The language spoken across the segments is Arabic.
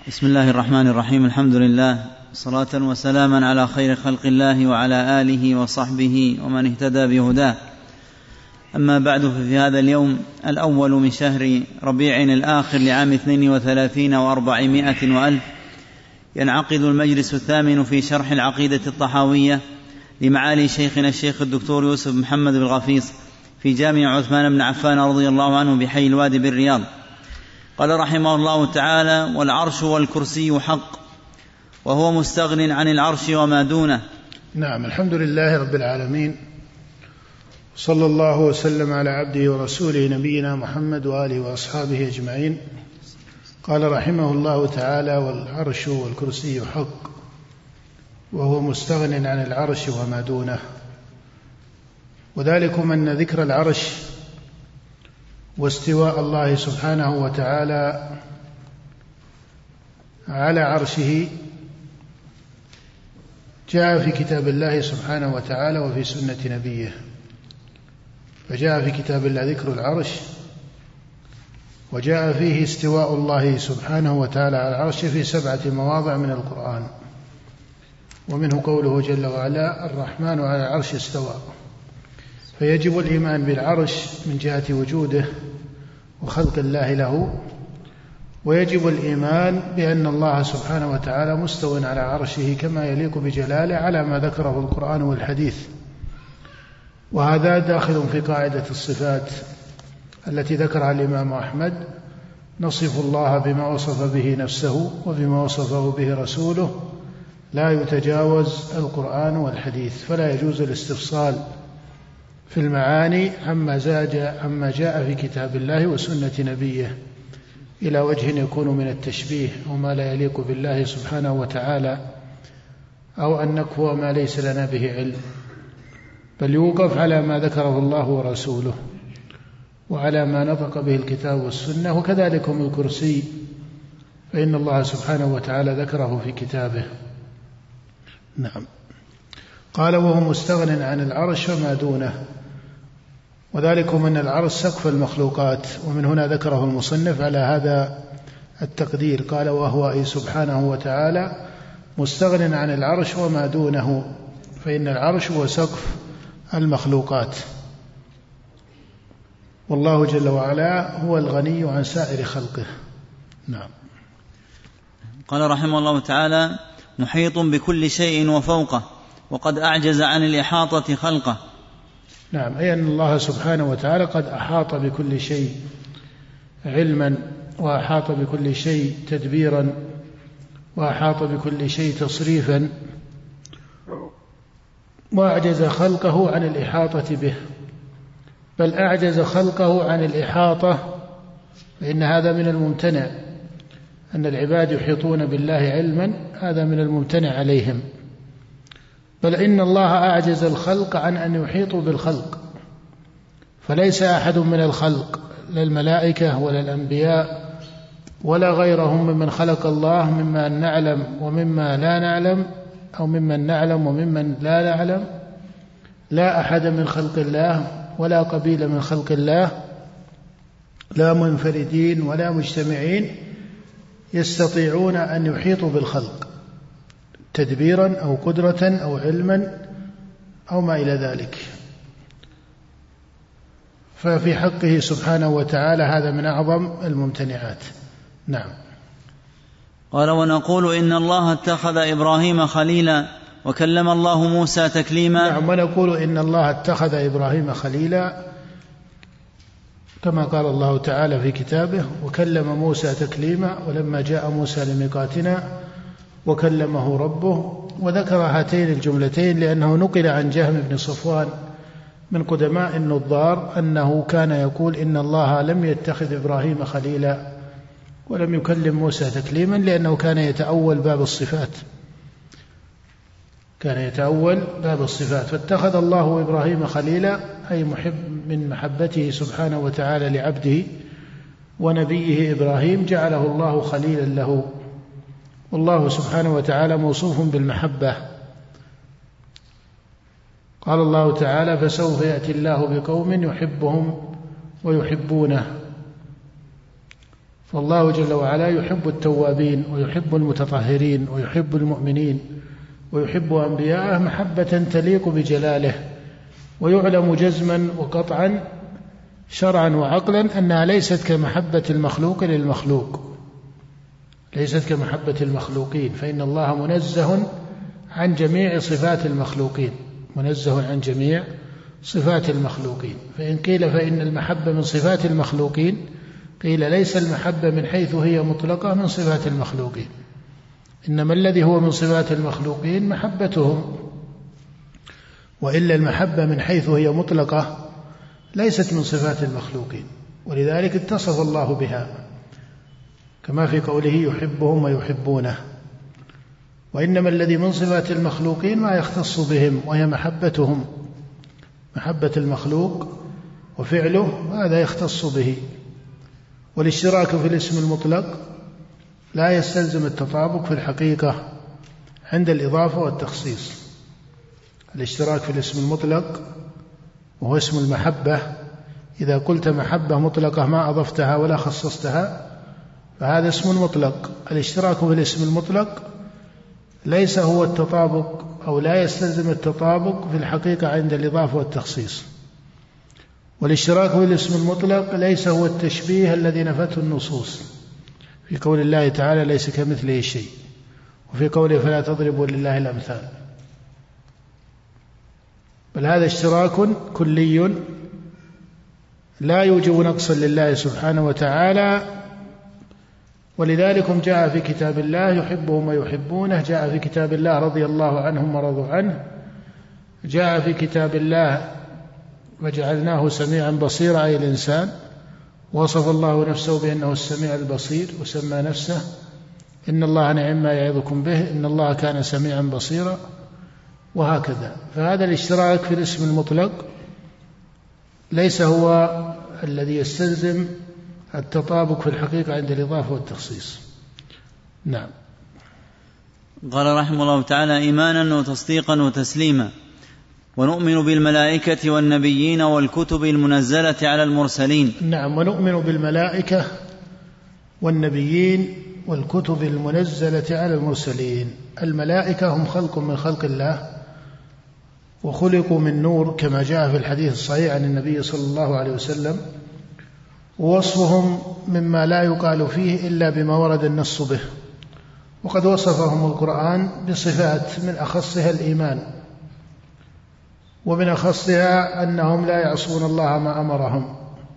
بسم الله الرحمن الرحيم. الحمد لله، صلاة وسلاما على خير خلق الله وعلى آله وصحبه ومن اهتدى بهداه. أما بعد، ففي هذا اليوم الأول من شهر ربيع الآخر لعام 32 و400 وألف ينعقد المجلس الثامن في شرح العقيدة الطحاوية لمعالي شيخنا الشيخ الدكتور يوسف محمد بالغفيص في جامع عثمان بن عفان رضي الله عنه بحي الوادي بالرياض. قال رحمه الله تعالى: والعرش والكرسي حق، وهو مستغن عن العرش وما دونه. نعم، الحمد لله رب العالمين، صلى الله وسلم على عبده ورسوله نبينا محمد وآله وأصحابه أجمعين. قال رحمه الله تعالى: والعرش والكرسي حق، وهو مستغن عن العرش وما دونه. وذلكم أن ذكر العرش واستواء الله سبحانه وتعالى على عرشه جاء في كتاب الله سبحانه وتعالى وفي سنة نبيه. فجاء في كتاب الله ذكر العرش، وجاء فيه استواء الله سبحانه وتعالى على العرش في 7 مواضع من القرآن، ومنه قوله جل وعلا: الرحمن على العرش استوى. فيجب الإيمان بالعرش من جهة وجوده وخلق الله له، ويجب الإيمان بأن الله سبحانه وتعالى مستو على عرشه كما يليق بجلاله على ما ذكره القرآن والحديث. وهذا داخل في قاعدة الصفات التي ذكرها الإمام أحمد: نصف الله بما وصف به نفسه وبما وصفه به رسوله، لا يتجاوز القرآن والحديث. فلا يجوز الاستفصال في المعاني عما جاء في كتاب الله وسنة نبيه إلى وجه يكون من التشبيه أو ما لا يليق بالله سبحانه وتعالى، أو أن نكفو ما ليس لنا به علم، بل يوقف على ما ذكره الله ورسوله وعلى ما نطق به الكتاب والسنة. وكذلك الكرسي، فإن الله سبحانه وتعالى ذكره في كتابه. نعم. قال: وهو مستغن عن العرش وما دونه. وذلكم أن العرش سقف المخلوقات، ومن هنا ذكره المصنف على هذا التقدير. قال: وهو أي سبحانه وتعالى مستغن عن العرش وما دونه، فإن العرش هو سقف المخلوقات، والله جل وعلا هو الغني عن سائر خلقه. نعم. قال رحمه الله تعالى: محيط بكل شيء وفوقه، وقد أعجز عن الإحاطة خلقه. نعم، أي أن الله سبحانه وتعالى قد أحاط بكل شيء علما، وأحاط بكل شيء تدبيرا، وأحاط بكل شيء تصريفا، وأعجز خلقه عن الإحاطة به، بل أعجز خلقه عن الإحاطة. فإن هذا من الممتنع، أن العباد يحيطون بالله علما، هذا من الممتنع عليهم. بل إن الله أعجز الخلق عن أن يحيطوا بالخلق، فليس أحد من الخلق، لا الملائكة ولا الأنبياء ولا غيرهم ممن خلق الله، مما نعلم ومما لا نعلم، أو ممن نعلم وممن لا نعلم، لا أحد من خلق الله ولا قبيل من خلق الله، لا منفردين ولا مجتمعين، يستطيعون أن يحيطوا بالخلق تدبيرا أو قدرة أو علما أو ما إلى ذلك. ففي حقه سبحانه وتعالى هذا من أعظم الممتنعات. نعم. قال: ونقول إن الله اتخذ إبراهيم خليلا، وكلم الله موسى تكليما. نعم، ونقول إن الله اتخذ إبراهيم خليلا، كما قال الله تعالى في كتابه: وكلم موسى تكليما، ولما جاء موسى لميقاتنا وكلمه ربه. وذكر هاتين الجملتين لأنه نقل عن جهم بن صفوان من قدماء النظار أنه كان يقول إن الله لم يتخذ إبراهيم خليلا ولم يكلم موسى تكليما، لأنه كان يتأول باب الصفات، فاتخذ الله إبراهيم خليلا، أي محب من محبته سبحانه وتعالى لعبده ونبيه إبراهيم، جعله الله خليلا له. والله سبحانه وتعالى موصوف بالمحبة. قال الله تعالى: فسوف يأتي الله بقوم يحبهم ويحبونه. فالله جل وعلا يحب التوابين ويحب المتطهرين ويحب المؤمنين ويحب أنبياءه محبة تليق بجلاله، ويعلم جزما وقطعا شرعا وعقلا أنها ليست كمحبة المخلوق للمخلوق، ليست كمحبة المخلوقين، فإن الله منزه عن جميع صفات المخلوقين، منزه عن جميع صفات المخلوقين. فإن قيل فإن المحبة من صفات المخلوقين، قيل ليس المحبة من حيث هي مطلقة من صفات المخلوقين، إنما الذي هو من صفات المخلوقين محبتهم، وإلا المحبة من حيث هي مطلقة ليست من صفات المخلوقين، ولذلك اتصف الله بها كما في قوله يحبهم ويحبونه. وإنما الذي من صفات المخلوقين ما يختص بهم، وهي محبتهم، محبة المخلوق وفعله هذا يختص به. والاشتراك في الاسم المطلق لا يستلزم التطابق في الحقيقة عند الإضافة والتخصيص. الاشتراك في الاسم المطلق وهو اسم المحبة، إذا قلت محبة مطلقة ما أضفتها ولا خصصتها فهذا اسم مطلق. الاشتراك في الاسم المطلق ليس هو التطابق أو لا يستلزم التطابق في الحقيقة عند الإضافة والتخصيص. والاشتراك في الاسم المطلق ليس هو التشبيه الذي نفته النصوص في قول الله تعالى ليس كمثله شيء، وفي قوله فلا تضربوا لله الأمثال، بل هذا اشتراك كلي لا يوجب نقصا لله سبحانه وتعالى. ولذلك جاء في كتاب الله يحبهم ويحبونه، جاء في كتاب الله رضي الله عنهم ورضوا عنه، جاء في كتاب الله وجعلناه سميعا بصيرا، أي الإنسان وصف الله نفسه بأنه السميع البصير، وسمى نفسه إن الله نعم ما يعظكم به إن الله كان سميعا بصيرا، وهكذا. فهذا الاشتراك في الاسم المطلق ليس هو الذي يستلزم التطابق في الحقيقة عند الإضافة والتخصيص. نعم. قال رحمه الله تعالى إيمانا وتصديقا وتسليما. ونؤمن بالملائكة والنبيين والكتب المنزلة على المرسلين. نعم، ونؤمن بالملائكة والنبيين والكتب المنزلة على المرسلين. الملائكة هم خلق من خلق الله، وخلقوا من نور كما جاء في الحديث الصحيح عن النبي صلى الله عليه وسلم، ووصفهم مما لا يقال فيه إلا بما ورد النص به، وقد وصفهم القرآن بصفات من أخصها الإيمان، ومن أخصها أنهم لا يعصون الله ما أمرهم،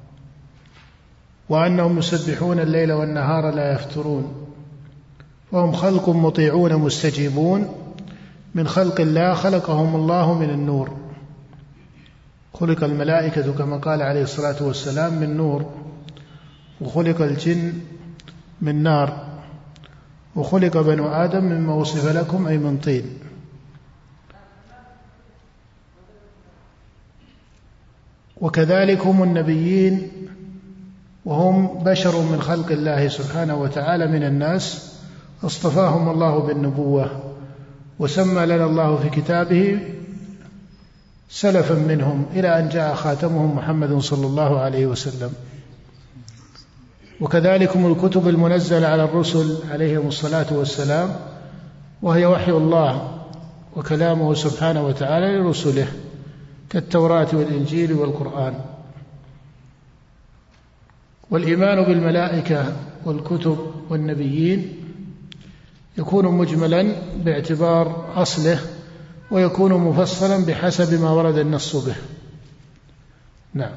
وأنهم يسبحون الليل والنهار لا يفترون، وهم خلق مطيعون مستجيبون من خلق الله خلقهم الله من النور. خلق الملائكة كما قال عليه الصلاة والسلام من نور، وخلق الجن من نار، وخلق بنو آدم مما وصف لكم أي من طين. وكذلك هم النبيين، وهم بشر من خلق الله سبحانه وتعالى من الناس، اصطفاهم الله بالنبوة، وسمى لنا الله في كتابه سلفا منهم إلى أن جاء خاتمهم محمد صلى الله عليه وسلم. وكذلك الكتب المنزلة على الرسل عليهم الصلاة والسلام، وهي وحي الله وكلامه سبحانه وتعالى لرسله كالتوراة والإنجيل والقرآن. والإيمان بالملائكة والكتب والنبيين يكون مجملا باعتبار أصله، ويكون مفصلا بحسب ما ورد النص به. نعم.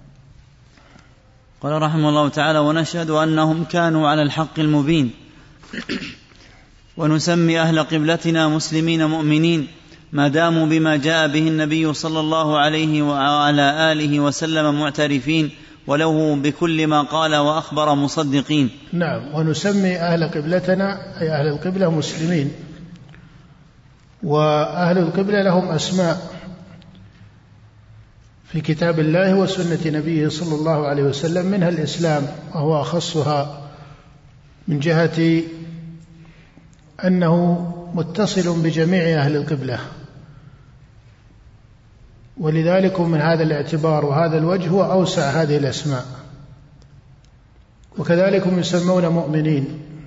قال رحمه الله تعالى ونشهد أنهم كانوا على الحق المبين، ونسمي أهل قبلتنا مسلمين مؤمنين ما داموا بما جاء به النبي صلى الله عليه وعلى آله وسلم معترفين، وله بكل ما قال وأخبر مصدقين. نعم. ونسمي أهل قبلتنا أي أهل القبلة مسلمين، وأهل القبلة لهم أسماء في كتاب الله وسنة نبيه صلى الله عليه وسلم، منها الإسلام وهو أخصها من جهة أنه متصل بجميع أهل القبلة، ولذلك من هذا الاعتبار وهذا الوجه هو أوسع هذه الأسماء. وكذلك هم يسمون مؤمنين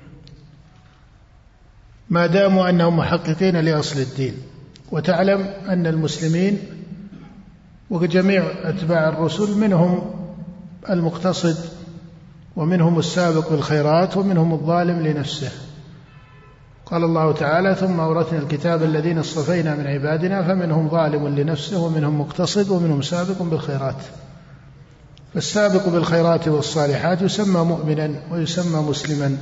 ما داموا أنهم محققين لأصل الدين. وتعلم أن المسلمين وجميع أتباع الرسل منهم المقتصد ومنهم السابق بالخيرات ومنهم الظالم لنفسه. قال الله تعالى: ثم أورثنا الكتاب الذين اصطفينا من عبادنا فمنهم ظالم لنفسه ومنهم مقتصد ومنهم سابق بالخيرات. فالسابق بالخيرات والصالحات يسمى مؤمنا ويسمى مسلما،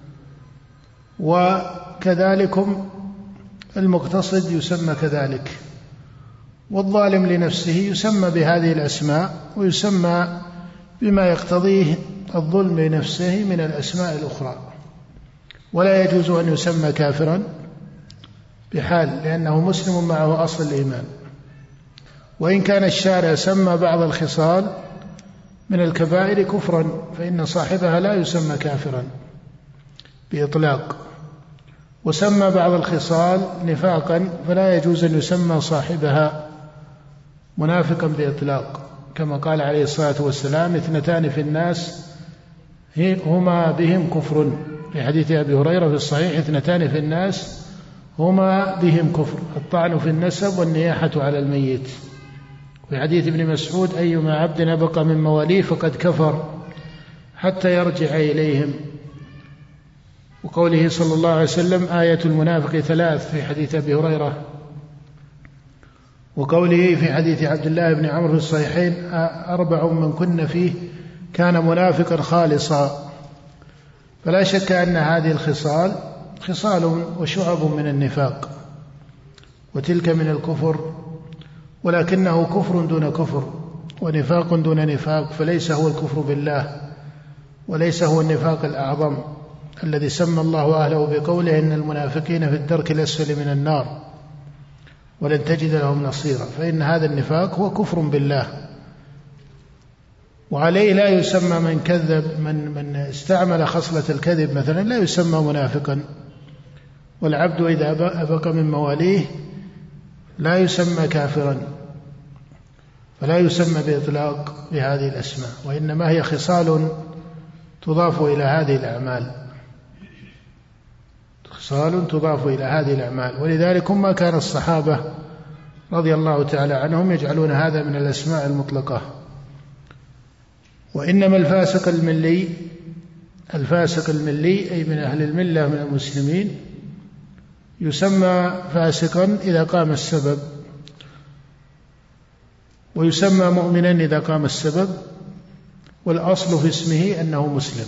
وكذلك المقتصد يسمى كذلك، والظالم لنفسه يسمى بهذه الأسماء ويسمى بما يقتضيه الظلم لنفسه من الأسماء الأخرى. ولا يجوز أن يسمى كافرا بحال، لأنه مسلم معه أصل الإيمان. وإن كان الشارع سمى بعض الخصال من الكبائر كفرا فإن صاحبها لا يسمى كافرا بإطلاق، وسمى بعض الخصال نفاقا فلا يجوز أن يسمى صاحبها منافقا بإطلاق، كما قال عليه الصلاة والسلام: اثنتان في الناس هما بهم كفر، في حديث أبي هريرة في الصحيح: اثنتان في الناس هما بهم كفر، الطعن في النسب والنياحة على الميت. في حديث ابن مسعود: أيما عبد أبقى من مواليه فقد كفر حتى يرجع إليهم. وقوله صلى الله عليه وسلم: آية المنافق ثلاث، في حديث أبي هريرة. وقوله في حديث عبد الله بن عمرو في الصحيحين: 4 من كن فيه كان منافقا خالصا. فلا شك أن هذه الخصال خصال وشعب من النفاق، وتلك من الكفر، ولكنه كفر دون كفر ونفاق دون نفاق، فليس هو الكفر بالله وليس هو النفاق الأعظم الذي سمى الله أهله بقوله: إن المنافقين في الدرك الأسفل من النار ولن تجد لهم نصيرا. فإن هذا النفاق هو كفر بالله، وعليه لا يسمى من كذب، من استعمل خصلة الكذب مثلا لا يسمى منافقا. والعبد إذا أبق من مواليه لا يسمى كافرا، فلا يسمى بإطلاق بهذه الأسماء، وإنما هي خصال تضاف إلى هذه الأعمال، خصال تضاف إلى هذه الأعمال. ولذلك ما كان الصحابة رضي الله تعالى عنهم يجعلون هذا من الأسماء المطلقة. وإنما الفاسق الملي أي من أهل الملة من المسلمين يسمى فاسقا إذا قام السبب، ويسمى مؤمنا إذا قام السبب، والأصل في اسمه أنه مسلم.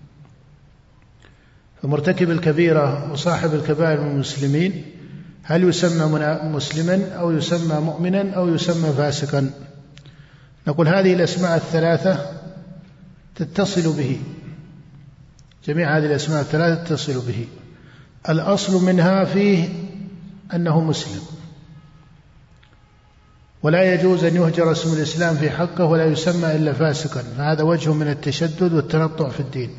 فمرتكب الكبيرة وصاحب الكبائر من المسلمين هل يسمى مسلما أو يسمى مؤمنا أو يسمى فاسقا؟ نقول هذه الأسماء الثلاثة تتصل به، جميع هذه الأسماء الثلاثة تتصل به. الأصل منها فيه أنه مسلم، ولا يجوز أن يهجر اسم الإسلام في حقه ولا يسمى إلا فاسقا، فهذا وجه من التشدد والتنطع في الدين،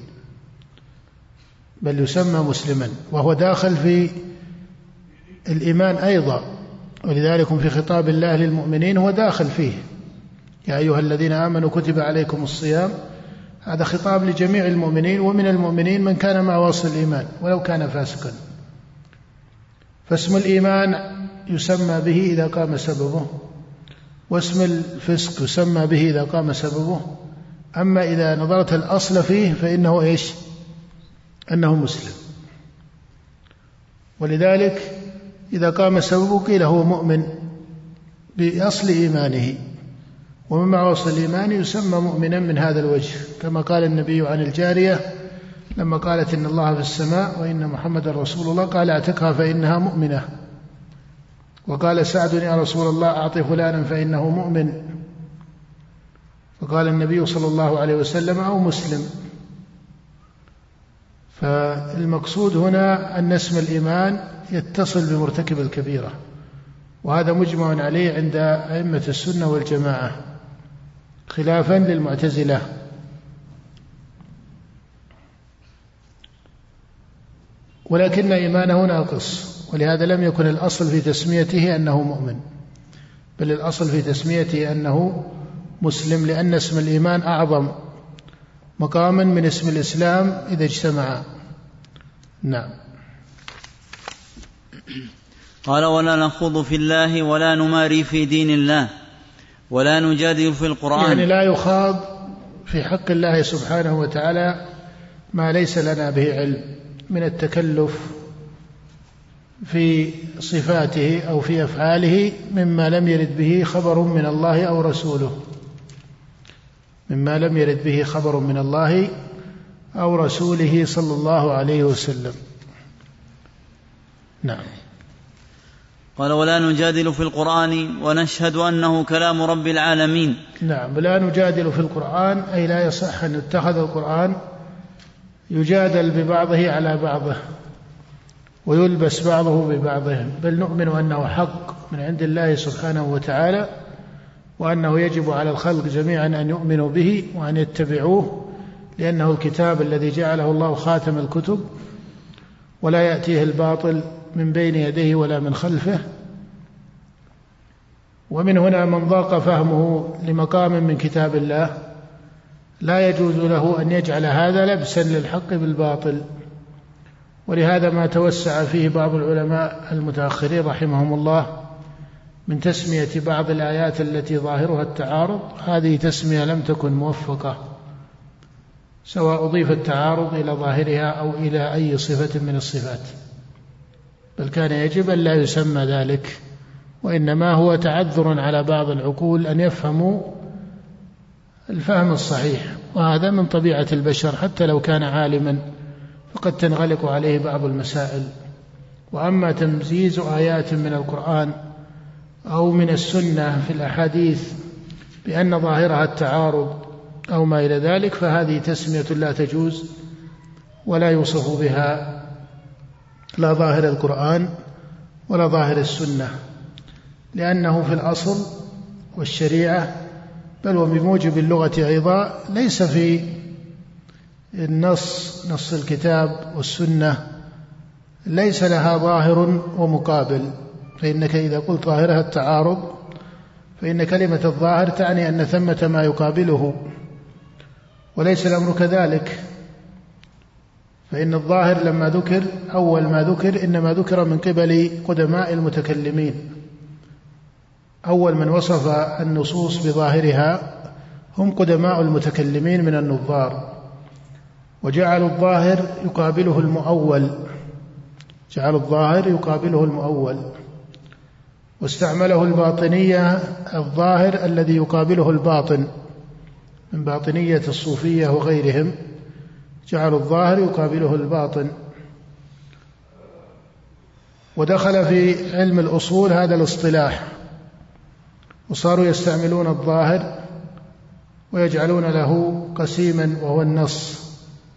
بل يسمى مسلما، وهو داخل في الإيمان أيضا. ولذلك في خطاب الله للمؤمنين هو داخل فيه: يا أيها الذين آمنوا كتب عليكم الصيام. هذا خطاب لجميع المؤمنين، ومن المؤمنين من كان مع وصل الإيمان ولو كان فاسقا. فاسم الإيمان يسمى به إذا قام سببه، واسم الفسق يسمى به إذا قام سببه. أما إذا نظرت الأصل فيه فإنه إيش؟ أنه مسلم. ولذلك إذا قام سببه قيل هو مؤمن بأصل إيمانه، ومن مع وصل الإيمان يسمى مؤمنا من هذا الوجه، كما قال النبي عن الجارية لما قالت إن الله في السماء وإن محمد رسول الله، قال اعتقها فإنها مؤمنة. وقال سعد: يا رسول الله أعطي فلانا فإنه مؤمن. فقال النبي صلى الله عليه وسلم: أو مسلم. فالمقصود هنا أن اسم الإيمان يتصل بمرتكب الكبيرة، وهذا مجمع عليه عند أئمة السنة والجماعة خلافا للمعتزلة. ولكن إيمانه ناقص، ولهذا لم يكن الأصل في تسميته أنه مؤمن، بل الأصل في تسميته أنه مسلم، لأن اسم الإيمان أعظم مقاما من اسم الإسلام إذا اجتمعا. نعم. قال: ولا نخوض في الله ولا نماري في دين الله ولا نجادل في القرآن. يعني لا يخاض في حق الله سبحانه وتعالى ما ليس لنا به علم من التكلف في صفاته أو في أفعاله مما لم يرد به خبر من الله أو رسوله، مما لم يرد به خبر من الله أو رسوله صلى الله عليه وسلم. نعم. قال: ولا نجادل في القرآن ونشهد أنه كلام رب العالمين. نعم. لا نجادل في القرآن أي لا يصح أن يتخذ القرآن يجادل ببعضه على بعضه ويلبس بعضه ببعضه، بل نؤمن أنه حق من عند الله سبحانه وتعالى، وأنه يجب على الخلق جميعا أن يؤمنوا به وأن يتبعوه، لأنه الكتاب الذي جعله الله خاتم الكتب ولا يأتيه الباطل من بين يديه ولا من خلفه. ومن هنا من ضاق فهمه لمقام من كتاب الله لا يجوز له أن يجعل هذا لبسا للحق بالباطل، ولهذا ما توسع فيه بعض العلماء المتأخرين رحمهم الله من تسمية بعض الآيات التي ظاهرها التعارض. هذه تسمية لم تكن موفقة، سواء أضيف التعارض إلى ظاهرها أو إلى أي صفة من الصفات، بل كان يجب أن لا يسمى ذلك، وإنما هو تعذر على بعض العقول أن يفهموا الفهم الصحيح، وهذا من طبيعة البشر حتى لو كان عالما فقد تنغلق عليه بعض المسائل. وأما تمزيز آيات من القرآن أو من السنة في الأحاديث بأن ظاهرها التعارض أو ما إلى ذلك فهذه تسمية لا تجوز، ولا يوصف بها لا ظاهر القرآن ولا ظاهر السنة، لأنه في الأصل والشريعة بل وبموجب اللغة أيضا ليس في نص الكتاب والسنة ليس لها ظاهر ومقابل. فإنك إذا قلت ظاهرها التعارض فإن كلمة الظاهر تعني أن ثمة ما يقابله، وليس الأمر كذلك. فإن الظاهر لما ذكر أول ما ذكر إنما ذكر من قبل قدماء المتكلمين، أول من وصف النصوص بظاهرها هم قدماء المتكلمين من النظار، وجعلوا الظاهر يقابله المؤول، جعلوا الظاهر يقابله المؤول، واستعمله الباطنية الظاهر الذي يقابله الباطن من باطنية الصوفية وغيرهم، جعلوا الظاهر يقابله الباطن. ودخل في علم الأصول هذا الاصطلاح، وصاروا يستعملون الظاهر ويجعلون له قسيما وهو النص،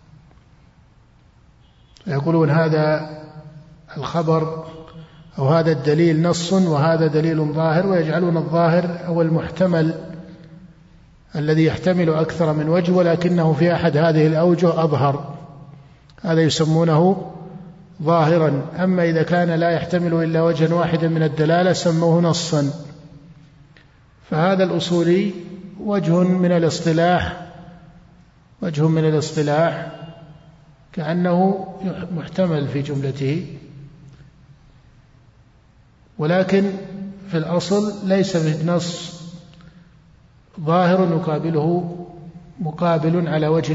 يقولون هذا الخبر أو هذا الدليل نص وهذا دليل ظاهر، ويجعلون الظاهر هو المحتمل الذي يحتمل أكثر من وجه ولكنه في أحد هذه الأوجه أظهر، هذا يسمونه ظاهرا. أما إذا كان لا يحتمل إلا وجها واحدا من الدلالة سموه نصا. فهذا الأصولي وجه من الاصطلاح كأنه محتمل في جملته، ولكن في الأصل ليس بالنص ظاهر يقابله مقابل على وجه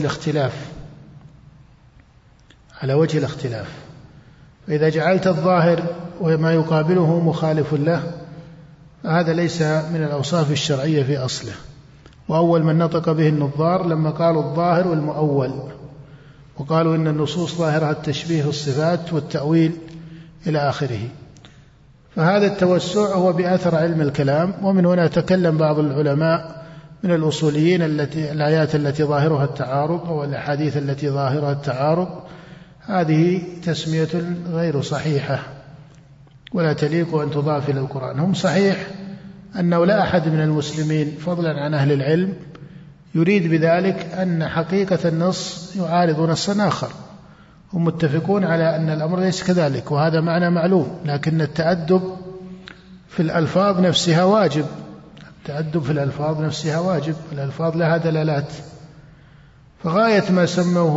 الاختلاف. فإذا جعلت الظاهر وما يقابله مخالف له فهذا ليس من الأوصاف الشرعية في أصله. وأول من نطق به النظار لما قالوا الظاهر والمؤول، وقالوا إن النصوص ظاهرها التشبيه في الصفات والتأويل إلى آخره. فهذا التوسع هو بأثر علم الكلام. ومن هنا تكلم بعض العلماء من الأصوليين الآيات التي ظاهرها التعارض أو الأحاديث التي ظاهرها التعارض هذه تسمية غير صحيحة ولا تليق أن تضاف إلى القرآن. هم صحيح أنه لا أحد من المسلمين فضلا عن أهل العلم يريد بذلك أن حقيقة النص يعارض نصا آخر، هم متفقون على أن الأمر ليس كذلك، وهذا معنى معلوم، لكن التأدب في الألفاظ نفسها واجب، الألفاظ لها دلالات. فغاية ما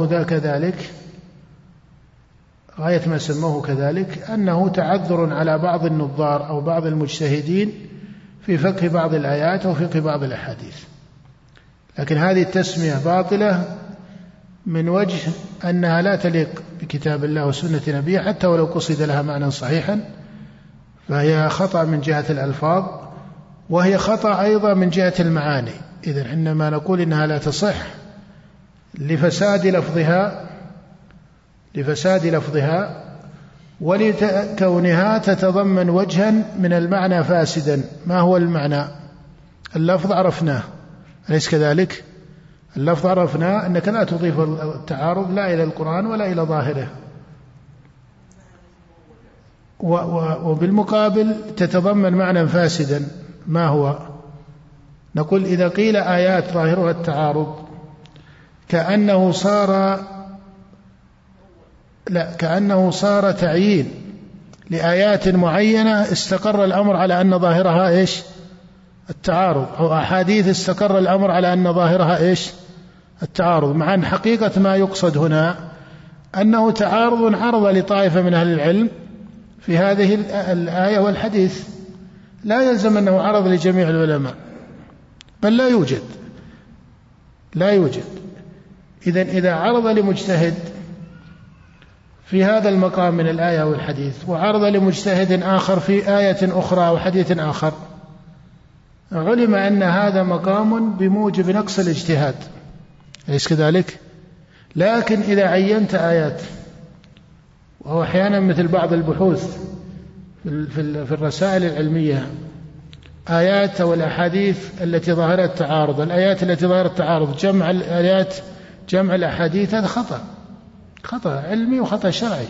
سموه كذلك أنه تعذر على بعض النظار أو بعض المجتهدين في فقه بعض الآيات أو فقه بعض الأحاديث. لكن هذه التسمية باطلة من وجه أنها لا تليق بكتاب الله وسنة نبيه، حتى ولو قصد لها معنى صحيحا فهي خطأ من جهة الألفاظ، وهي خطأ أيضا من جهة المعاني. إذن حينما نقول إنها لا تصح لفساد لفظها ولكونها تتضمن وجها من المعنى فاسدا. ما هو المعنى؟ اللفظ عرفناه، أليس كذلك؟ اللفظ عرفناه أنك لا تضيف التعارض لا إلى القرآن ولا إلى ظاهره، وبالمقابل تتضمن معنى فاسدا. ما هو؟ نقول إذا قيل آيات ظاهرها التعارض كأنه صار تعيين لآيات معينة استقر الأمر على أن ظاهرها إيش؟ التعارض، أو أحاديث استقر الأمر على أن ظاهرها إيش؟ التعارض، مع أن حقيقة ما يقصد هنا أنه تعارض عرض لطائفة من أهل العلم في هذه الآية والحديث، لا يلزم أنه عرض لجميع العلماء، بل لا يوجد. إذا عرض لمجتهد في هذا المقام من الآية والحديث، وعرض لمجتهد آخر في آية أخرى أو حديث آخر، علم أن هذا مقام بموجب نقص الاجتهاد، أليس كذلك؟ لكن إذا عينت آيات، وهو أحيانا مثل بعض البحوث في الرسائل العلمية، آيات أو الأحاديث التي ظهرت تعارض، الآيات التي ظهرت تعارض، جمع الآيات جمع الأحاديث، هذا خطأ علمي وخطأ شرعي،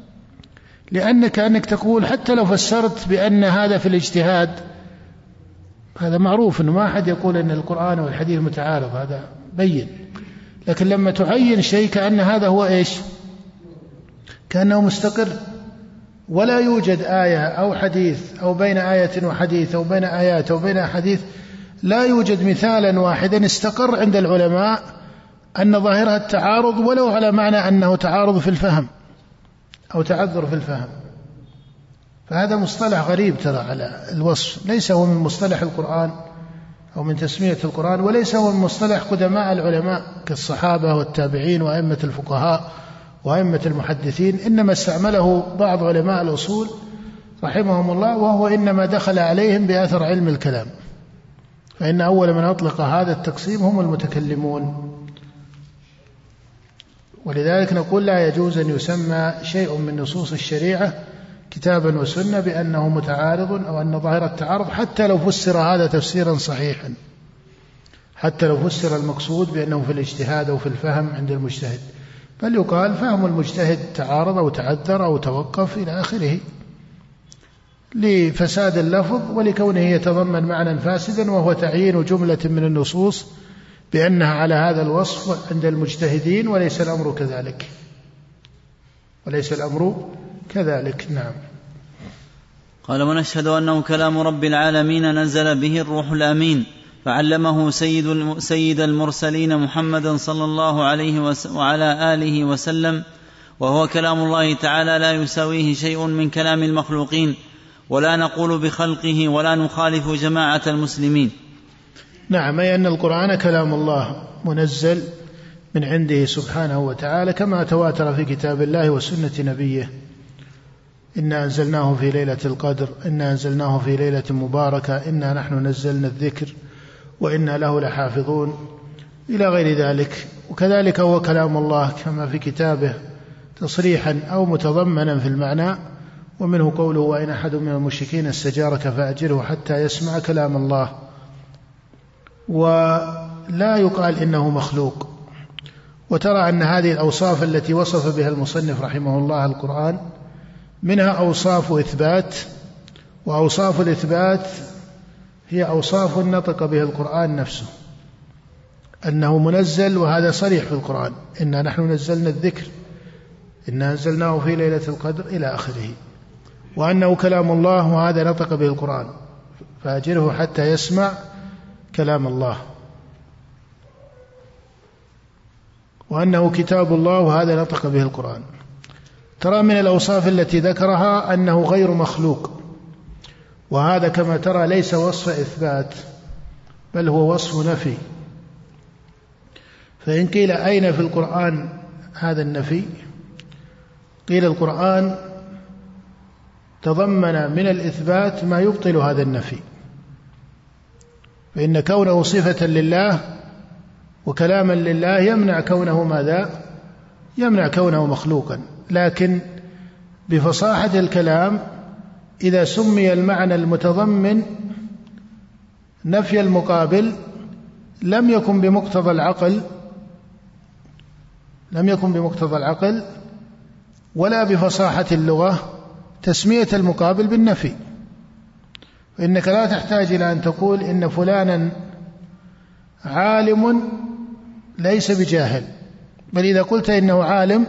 لأنك تقول حتى لو فسرت بأن هذا في الاجتهاد، هذا معروف أنه ما أحد يقول أن القرآن والحديث متعارض، هذا بين. لكن لما تعين شيء كأن هذا هو إيش؟ كأنه مستقر، ولا يوجد آية أو حديث أو بين آية وحديث أو بين آيات أو بين أحاديث، لا يوجد مثالا واحدا استقر عند العلماء أن ظاهرها التعارض، ولو على معنى أنه تعارض في الفهم أو تعذر في الفهم. فهذا مصطلح غريب ترى على الوصف، ليس هو من مصطلح القرآن أو من تسمية القرآن، وليس هو من مصطلح قدماء العلماء كالصحابة والتابعين وأئمة الفقهاء وأئمة المحدثين، إنما استعمله بعض علماء الأصول رحمهم الله، وهو إنما دخل عليهم بأثر علم الكلام، فإن أول من أطلق هذا التقسيم هم المتكلمون. ولذلك نقول لا يجوز أن يسمى شيء من نصوص الشريعة كتابا وسنة بأنه متعارض أو أن ظاهر التعارض، حتى لو فسر هذا تفسيرا صحيحا، حتى لو فسر المقصود بأنه في الاجتهاد أو في الفهم عند المجتهد، بل يقال فهم المجتهد تعارض أو تعذر أو توقف إلى آخره، لفساد اللفظ ولكونه يتضمن معنى فاسدا، وهو تعيين جملة من النصوص بأنها على هذا الوصف عند المجتهدين، وليس الأمر كذلك. نعم. قال: ونشهد أنه كلام رب العالمين نزل به الروح الأمين، فعلمه سيد المرسلين محمدا صلى الله عليه وعلى آله وسلم، وهو كلام الله تعالى لا يساويه شيء من كلام المخلوقين، ولا نقول بخلقه ولا نخالف جماعة المسلمين. نعم، أي أن القرآن كلام الله منزل من عنده سبحانه وتعالى، كما تواتر في كتاب الله وسنة نبيه: إنا أنزلناه في ليلة القدر، إنا أنزلناه في ليلة مباركة، إنا نحن نزلنا الذكر وإنا له لحافظون، إلى غير ذلك. وكذلك هو كلام الله كما في كتابه تصريحا أو متضمنا في المعنى، ومنه قوله: وإن أحد من المشركين استجارك فأجره حتى يسمع كلام الله. ولا يقال إنه مخلوق. وترى أن هذه الأوصاف التي وصف بها المصنف رحمه الله القرآن منها أوصاف إثبات، وأوصاف الإثبات هي أوصاف نطق بها القرآن نفسه، أنه منزل، وهذا صريح في القرآن: إنا نحن نزلنا الذكر، إنا أنزلناه في ليلة القدر، إلى آخره. وأنه كلام الله، وهذا نطق به القرآن: فأجره حتى يسمع كلام الله. وأنه كتاب الله وهذا نطق به القرآن. ترى من الأوصاف التي ذكرها أنه غير مخلوق، وهذا كما ترى ليس وصف إثبات بل هو وصف نفي. فإن قيل أين في القرآن هذا النفي؟ قيل القرآن تضمن من الإثبات ما يبطل هذا النفي، فإن كونه صفة لله وكلاما لله يمنع كونه ماذا؟ يمنع كونه مخلوقا. لكن بفصاحة الكلام إذا سمي المعنى المتضمن نفي المقابل لم يكن بمقتضى العقل ولا بفصاحة اللغة تسمية المقابل بالنفي. فإنك لا تحتاج إلى أن تقول إن فلانا عالم ليس بجاهل، بل إذا قلت إنه عالم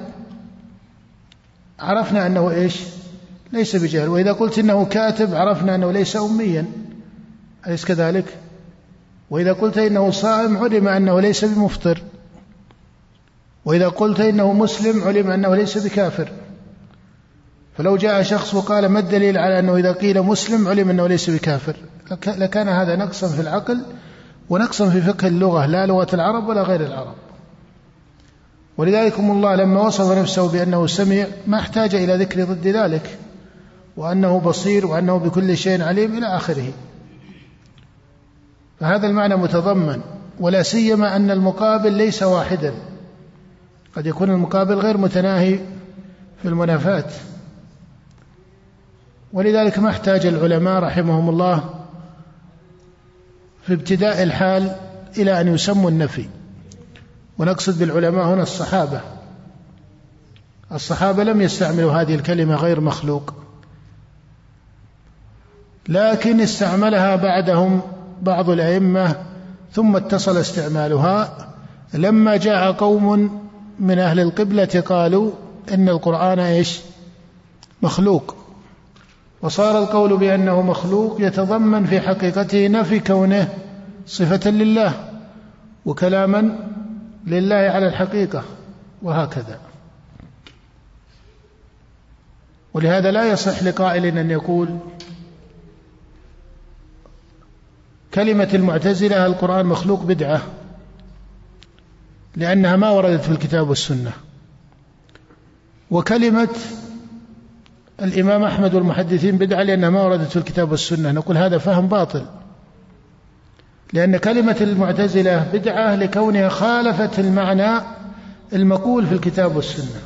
عرفنا أنه إيش؟ ليس بجاهل. وإذا قلت إنه كاتب عرفنا أنه ليس أميا، أليس كذلك؟ وإذا قلت إنه صائم علم أنه ليس بمفطر، وإذا قلت إنه مسلم علم أنه ليس بكافر. فلو جاء شخص وقال ما الدليل على أنه إذا قيل مسلم علم أنه ليس بكافر، لكان هذا نقصا في العقل ونقصا في فقه اللغة، لا لغة العرب ولا غير العرب. ولذلك الله لما وصف نفسه بأنه سميع ما احتاج إلى ذكر ضد ذلك، وأنه بصير وأنه بكل شيء عليم إلى آخره. فهذا المعنى متضمن، ولا سيما أن المقابل ليس واحدا، قد يكون المقابل غير متناهي في المنافاة. ولذلك ما احتاج العلماء رحمهم الله في ابتداء الحال إلى أن يسموا النفي. ونقصد بالعلماء هنا الصحابة لم يستعملوا هذه الكلمة غير مخلوق، لكن استعملها بعدهم بعض الأئمة ثم اتصل استعمالها لما جاء قوم من أهل القبلة قالوا إن القرآن إيش؟ مخلوق. وصار القول بأنه مخلوق يتضمن في حقيقته نفي كونه صفة لله وكلاما لله على الحقيقة، وهكذا. ولهذا لا يصح لقائل أن يقول كلمة المعتزلة القرآن مخلوق بدعة، لأنها ما وردت في الكتاب والسنة. وكلمة الإمام أحمد والمحدثين بدعة لأنها ما وردت في الكتاب والسنة، نقول هذا فهم باطل، لأن كلمة المعتزلة بدعة لكونها خالفت المعنى المقول في الكتاب والسنة،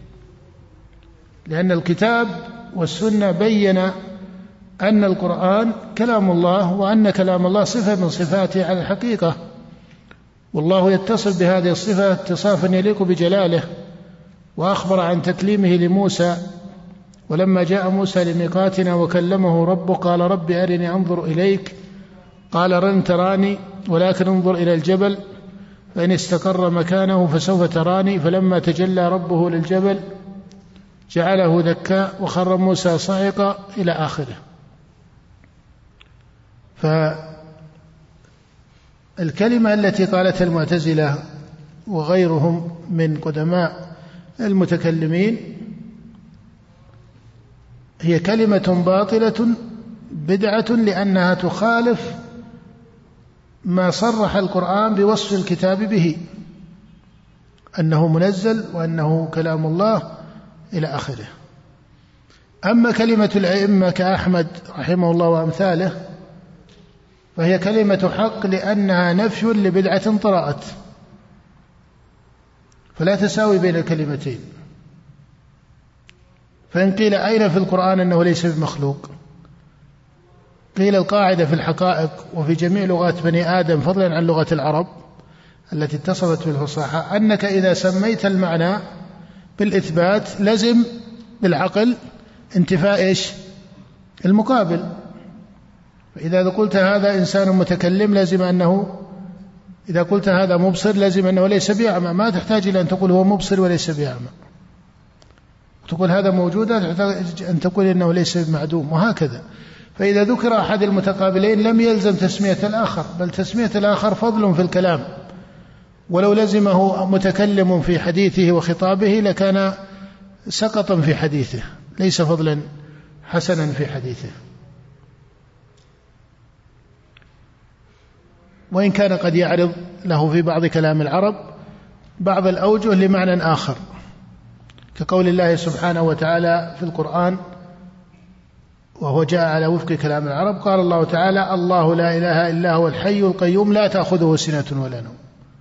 لأن الكتاب والسنة بين أن القرآن كلام الله، وأن كلام الله صفة من صفاته على الحقيقة، والله يتصف بهذه الصفة اتصافا يليق بجلاله. وأخبر عن تكليمه لموسى ولما جاء موسى لميقاتنا وكلمه ربه قال رب أرني أنظر إليك قال لن تراني ولكن انظر إلى الجبل فإن استقر مكانه فسوف تراني فلما تجلى ربه للجبل جعله دكا وخر موسى صعقا إلى آخره. فالكلمة التي قالتها المعتزلة وغيرهم من قدماء المتكلمين هي كلمة باطلة بدعة، لأنها تخالف ما صرح القرآن بوصف الكتاب به أنه منزل وأنه كلام الله إلى آخره. أما كلمة الأئمة كأحمد رحمه الله وأمثاله فهي كلمة حق، لأنها نفي لبدعة طرأت، فلا تساوي بين الكلمتين. فإن قيل أين في القرآن أنه ليس بمخلوق؟ قيل القاعدة في الحقائق وفي جميع لغات بني آدم فضلا عن لغة العرب التي اتصفت بالفصاحة أنك إذا سميت المعنى بالإثبات لزم بالعقل انتفاء إيش؟ المقابل. فإذا قلت هذا إنسان متكلم لازم أنه، إذا قلت هذا مبصر لازم أنه ليس بأعمى، ما تحتاج إلى أن تقول هو مبصر وليس بأعمى. تقول هذا موجود تحتاج أن تقول إنه ليس بمعدوم، وهكذا. فإذا ذكر أحد المتقابلين لم يلزم تسمية الآخر، بل تسمية الآخر فضل في الكلام، ولو لزمه متكلم في حديثه وخطابه لكان سقطا في حديثه، ليس فضلا حسنا في حديثه، وإن كان قد يعرض له في بعض كلام العرب بعض الأوجه لمعنى آخر، كقول الله سبحانه وتعالى في القرآن وهو جاء على وفق كلام العرب، قال الله تعالى: الله لا إله إلا هو الحي القيوم لا تأخذه سنة ولا نوم.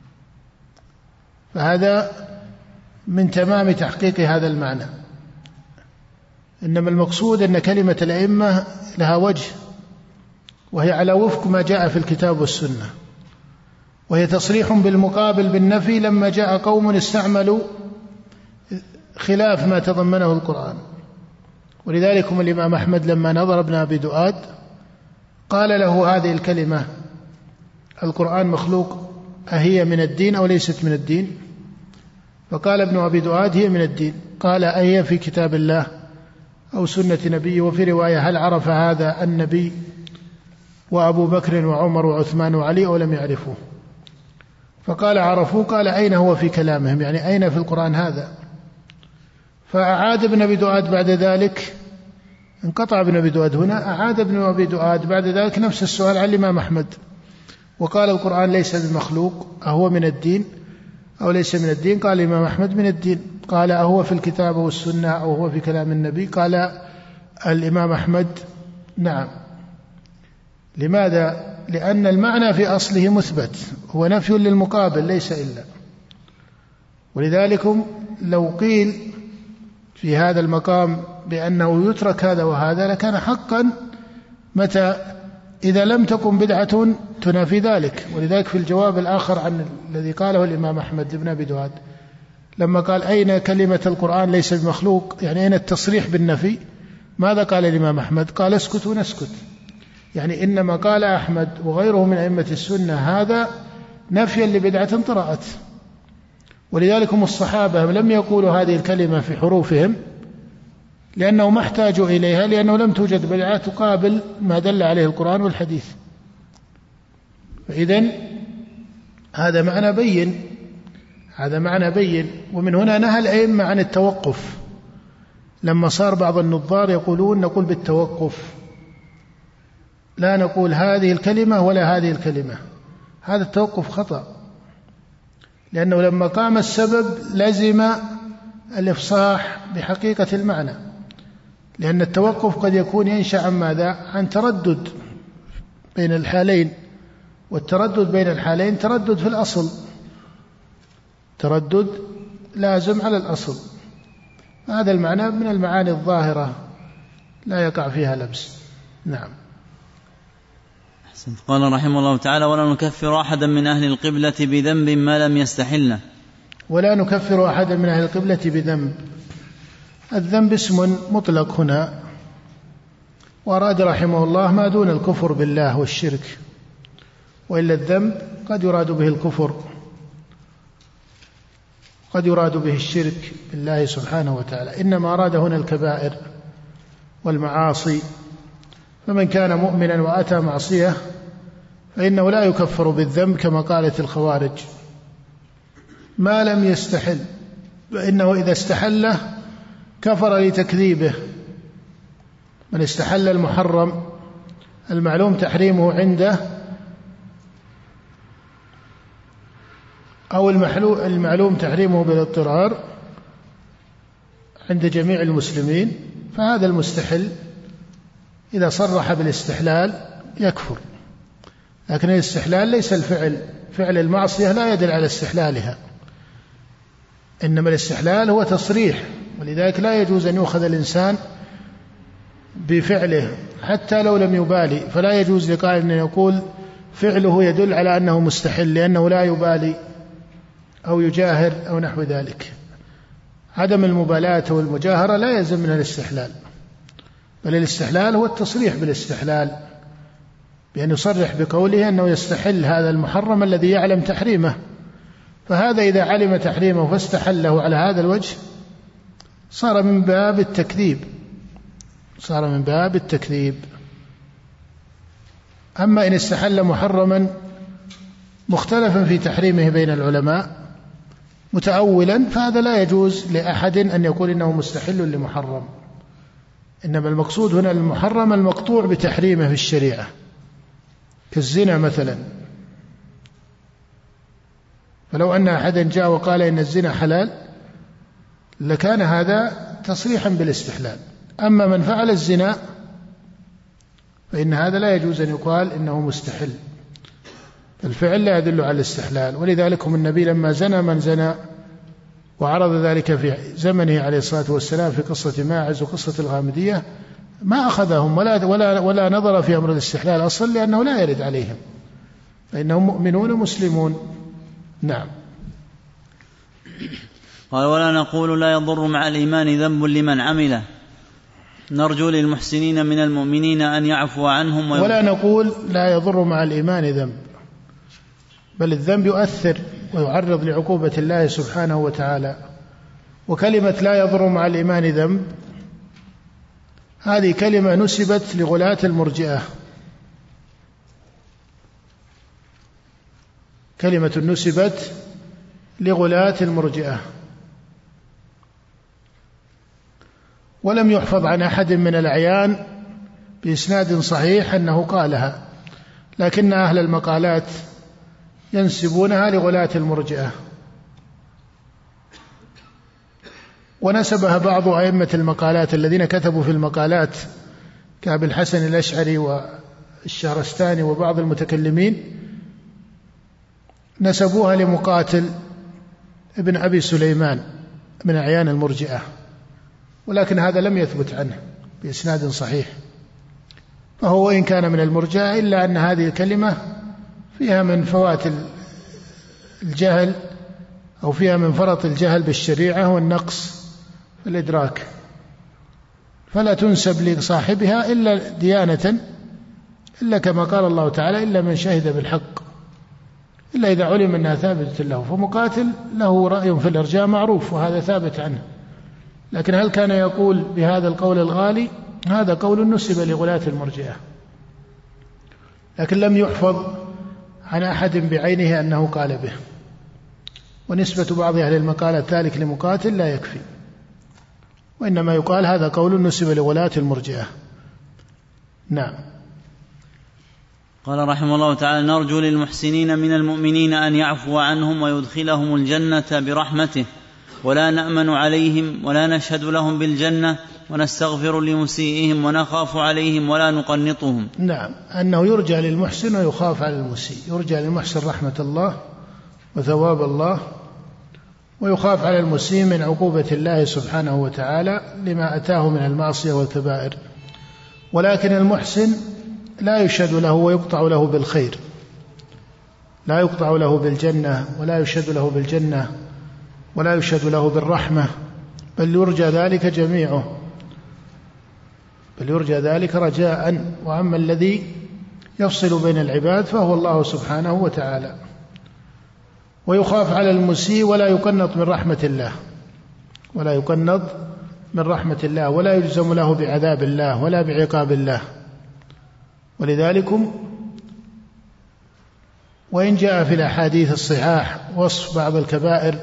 فهذا من تمام تحقيق هذا المعنى. إنما المقصود أن كلمة الأئمة لها وجه، وهي على وفق ما جاء في الكتاب والسنة، وهي تصريح بالمقابل بالنفي لما جاء قوم استعملوا خلاف ما تضمنه القرآن. ولذلك الإمام أحمد لما نظر ابن أبي دؤاد قال له هذه الكلمة: القرآن مخلوق، أهي من الدين أو ليست من الدين؟ فقال ابن أبي دؤاد: هي من الدين. قال: أهي في كتاب الله أو سنة نبيه؟ وفي رواية: هل عرف هذا النبي وأبو بكر وعمر وعثمان وعلي أو لم يعرفوه؟ فقال: عرفوه. قال: أين هو في كلامهم؟ يعني أين في القرآن هذا؟ فأعاد ابن أبي دؤاد بعد ذلك، انقطع ابن أبي دؤاد هنا، أعاد ابن أبي دؤاد بعد ذلك نفس السؤال عن الإمام أحمد، وقال: القرآن ليس بمخلوق، أهو من الدين أو ليس من الدين؟ قال الإمام أحمد: من الدين. قال: أهو في الكتاب والسنة أو هو في كلام النبي؟ قال الإمام أحمد: نعم. لماذا؟ لأن المعنى في أصله مثبت، هو نفي للمقابل ليس إلا. ولذلك لو قيل في هذا المقام بأنه يترك هذا وهذا لكان حقا متى إذا لم تكن بدعة تنافي ذلك. ولذلك في الجواب الآخر عن الذي قاله الإمام أحمد بن أبي دؤاد لما قال: أين كلمة القرآن ليس بمخلوق؟ يعني أين التصريح بالنفي؟ ماذا قال الإمام أحمد؟ قال: اسكت ونسكت. يعني إنما قال أحمد وغيره من أئمة السنة هذا نفيا لبدعة طرأت. ولذلك الصحابة لم يقولوا هذه الكلمة في حروفهم لأنه ما احتاجوا إليها، لأنه لم توجد بدعة تقابل ما دل عليه القرآن والحديث. فإذن هذا معنى بين، هذا معنى بين. ومن هنا نهى الأئمة عن التوقف، لما صار بعض النظار يقولون نقول بالتوقف، لا نقول هذه الكلمة ولا هذه الكلمة. هذا التوقف خطأ، لأنه لما قام السبب لزم الإفصاح بحقيقة المعنى، لأن التوقف قد يكون ينشأ عن ماذا؟ عن تردد بين الحالين، والتردد بين الحالين تردد في الأصل، تردد لازم على الأصل. هذا المعنى من المعاني الظاهرة لا يقع فيها لبس. نعم. قال رحمه الله تعالى: ولا نكفر أحدا من أهل القبلة بذنب ما لم يستحلنا. ولا نكفر أحدا من أهل القبلة بذنب. الذنب اسم مطلق هنا، وأراد رحمه الله ما دون الكفر بالله والشرك، وإلا الذنب قد يراد به الكفر، قد يراد به الشرك بالله سبحانه وتعالى. إنما أراد هنا الكبائر والمعاصي. فمن كان مؤمنا وأتى معصية فإنه لا يكفر بالذنب كما قالت الخوارج، ما لم يستحل، فإنه إذا استحله كفر لتكذيبه. من استحل المحرم المعلوم تحريمه عنده أو المعلوم تحريمه بالاضطرار عند جميع المسلمين، فهذا المستحل إذا صرح بالاستحلال يكفر. لكن الاستحلال ليس الفعل، فعل المعصية لا يدل على استحلالها، إنما الاستحلال هو تصريح. ولذلك لا يجوز أن يؤخذ الإنسان بفعله حتى لو لم يبالي، فلا يجوز لقائل أن يقول فعله يدل على أنه مستحل لأنه لا يبالي أو يجاهر أو نحو ذلك. عدم المبالاة والمجاهرة لا يلزم من الاستحلال، بل الاستحلال هو التصريح بالاستحلال، بأن يصرح بقوله أنه يستحل هذا المحرم الذي يعلم تحريمه. فهذا إذا علم تحريمه فاستحله على هذا الوجه صار من باب التكذيب، صار من باب التكذيب. أما إن استحل محرما مختلفا في تحريمه بين العلماء متأولا، فهذا لا يجوز لأحد أن يقول إنه مستحل لمحرم، إنما المقصود هنا المحرم المقطوع بتحريمه في الشريعة، كالزنا مثلا. فلو أن أحدا جاء وقال إن الزنا حلال لكان هذا تصريحا بالاستحلال. أما من فعل الزنا فإن هذا لا يجوز أن يقال إنه مستحل، الفعل لا يدل على الاستحلال. ولذلك هم النبي لما زنى من زنى وعرض ذلك في زمنه عليه الصلاة والسلام في قصة ماعز وقصة الغامدية ما أخذهم ولا نظر في أمر الاستحلال أصلا، لأنه لا يرد عليهم، فإنهم مؤمنون مسلمون. نعم. قال: ولا نقول لا يضر مع الإيمان ذنب لمن عمله، نرجو للمحسنين من المؤمنين أن يعفو عنهم ولا نقول لا يضر مع الإيمان ذنب، بل الذنب يؤثر ويعرض لعقوبة الله سبحانه وتعالى. وكلمة لا يضر مع الإيمان ذنب هذه كلمة نسبت لغلاة المرجئة، كلمة نسبت لغلاة المرجئة، ولم يحفظ عن أحد من الأعيان بإسناد صحيح أنه قالها، لكن أهل المقالات ينسبونها لغلاة المرجئة. ونسبها بعض أئمة المقالات الذين كتبوا في المقالات كأبي الحسن الأشعري والشهرستاني وبعض المتكلمين، نسبوها لمقاتل ابن أبي سليمان من أعيان المرجئة، ولكن هذا لم يثبت عنه بإسناد صحيح، فهو إن كان من المرجئة إلا أن هذه الكلمة فيها من فوات الجهل أو فيها من فرط الجهل بالشريعة والنقص في الإدراك، فلا تنسب لصاحبها إلا ديانة، إلا كما قال الله تعالى: إلا من شهد بالحق، إلا إذا علم أنها ثابتة له. فمقاتل له رأي في الإرجاء معروف وهذا ثابت عنه، لكن هل كان يقول بهذا القول الغالي؟ هذا قول نسب لغلاة المرجئة، لكن لم يحفظ عن أحد بعينه أنه قال به. ونسبة بعض أهل المقالة ذلك لمقاتل لا يكفي، وإنما يقال هذا قول نسب لغلاة المرجئة. نعم. قال رحمه الله تعالى: نرجو للمحسنين من المؤمنين أن يعفو عنهم ويدخلهم الجنة برحمته، ولا نأمن عليهم ولا نشهد لهم بالجنة، ونستغفر لمسيئهم ونخاف عليهم ولا نقنطهم. نعم، أنه يرجى للمحسن ويخاف على المسيء. يرجى للمحسن رحمة الله وثواب الله، ويخاف على المسيء من عقوبة الله سبحانه وتعالى لما أتاه من المعصية والكبائر. ولكن المحسن لا يشهد له ويقطع له بالخير، لا يقطع له بالجنة ولا يشهد له بالجنة ولا يشهد له بالرحمة، بل يرجى ذلك جميعه، بل يرجى ذلك رجاء. وأما الذي يفصل بين العباد فهو الله سبحانه وتعالى. ويخاف على المسيء ولا يقنط من رحمة الله، ولا يقنط من رحمة الله، ولا يجزم له بعذاب الله ولا بعقاب الله. ولذلك وإن جاء في الأحاديث الصحاح وصف بعض الكبائر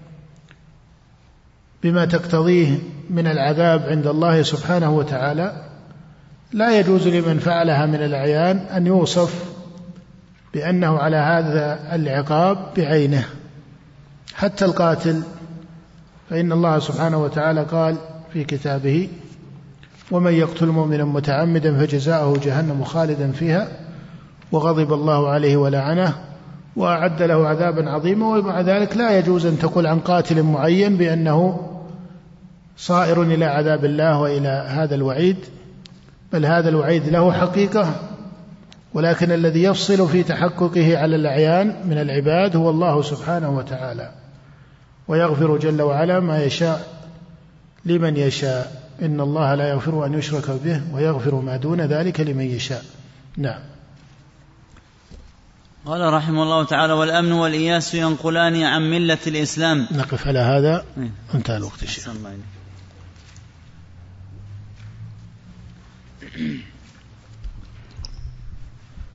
بما تقتضيه من العذاب عند الله سبحانه وتعالى، لا يجوز لمن فعلها من الأعيان أن يوصف بأنه على هذا العقاب بعينه، حتى القاتل، فإن الله سبحانه وتعالى قال في كتابه: ومن يقتل مؤمنا متعمدا فجزاؤه جهنم خالدا فيها وغضب الله عليه ولعنه وأعد له عذابا عظيما. ومع ذلك لا يجوز أن تقول عن قاتل معين بأنه صائر إلى عذاب الله وإلى هذا الوعيد، بل هذا الوعيد له حقيقة، ولكن الذي يفصل في تحققه على الأعيان من العباد هو الله سبحانه وتعالى، ويغفر جل وعلا ما يشاء لمن يشاء، إن الله لا يغفر أن يشرك به ويغفر ما دون ذلك لمن يشاء. نعم. قال رحمه الله تعالى: والأمن والإياس ينقلان عن ملة الإسلام. نقف على هذا، انتهى الوقت.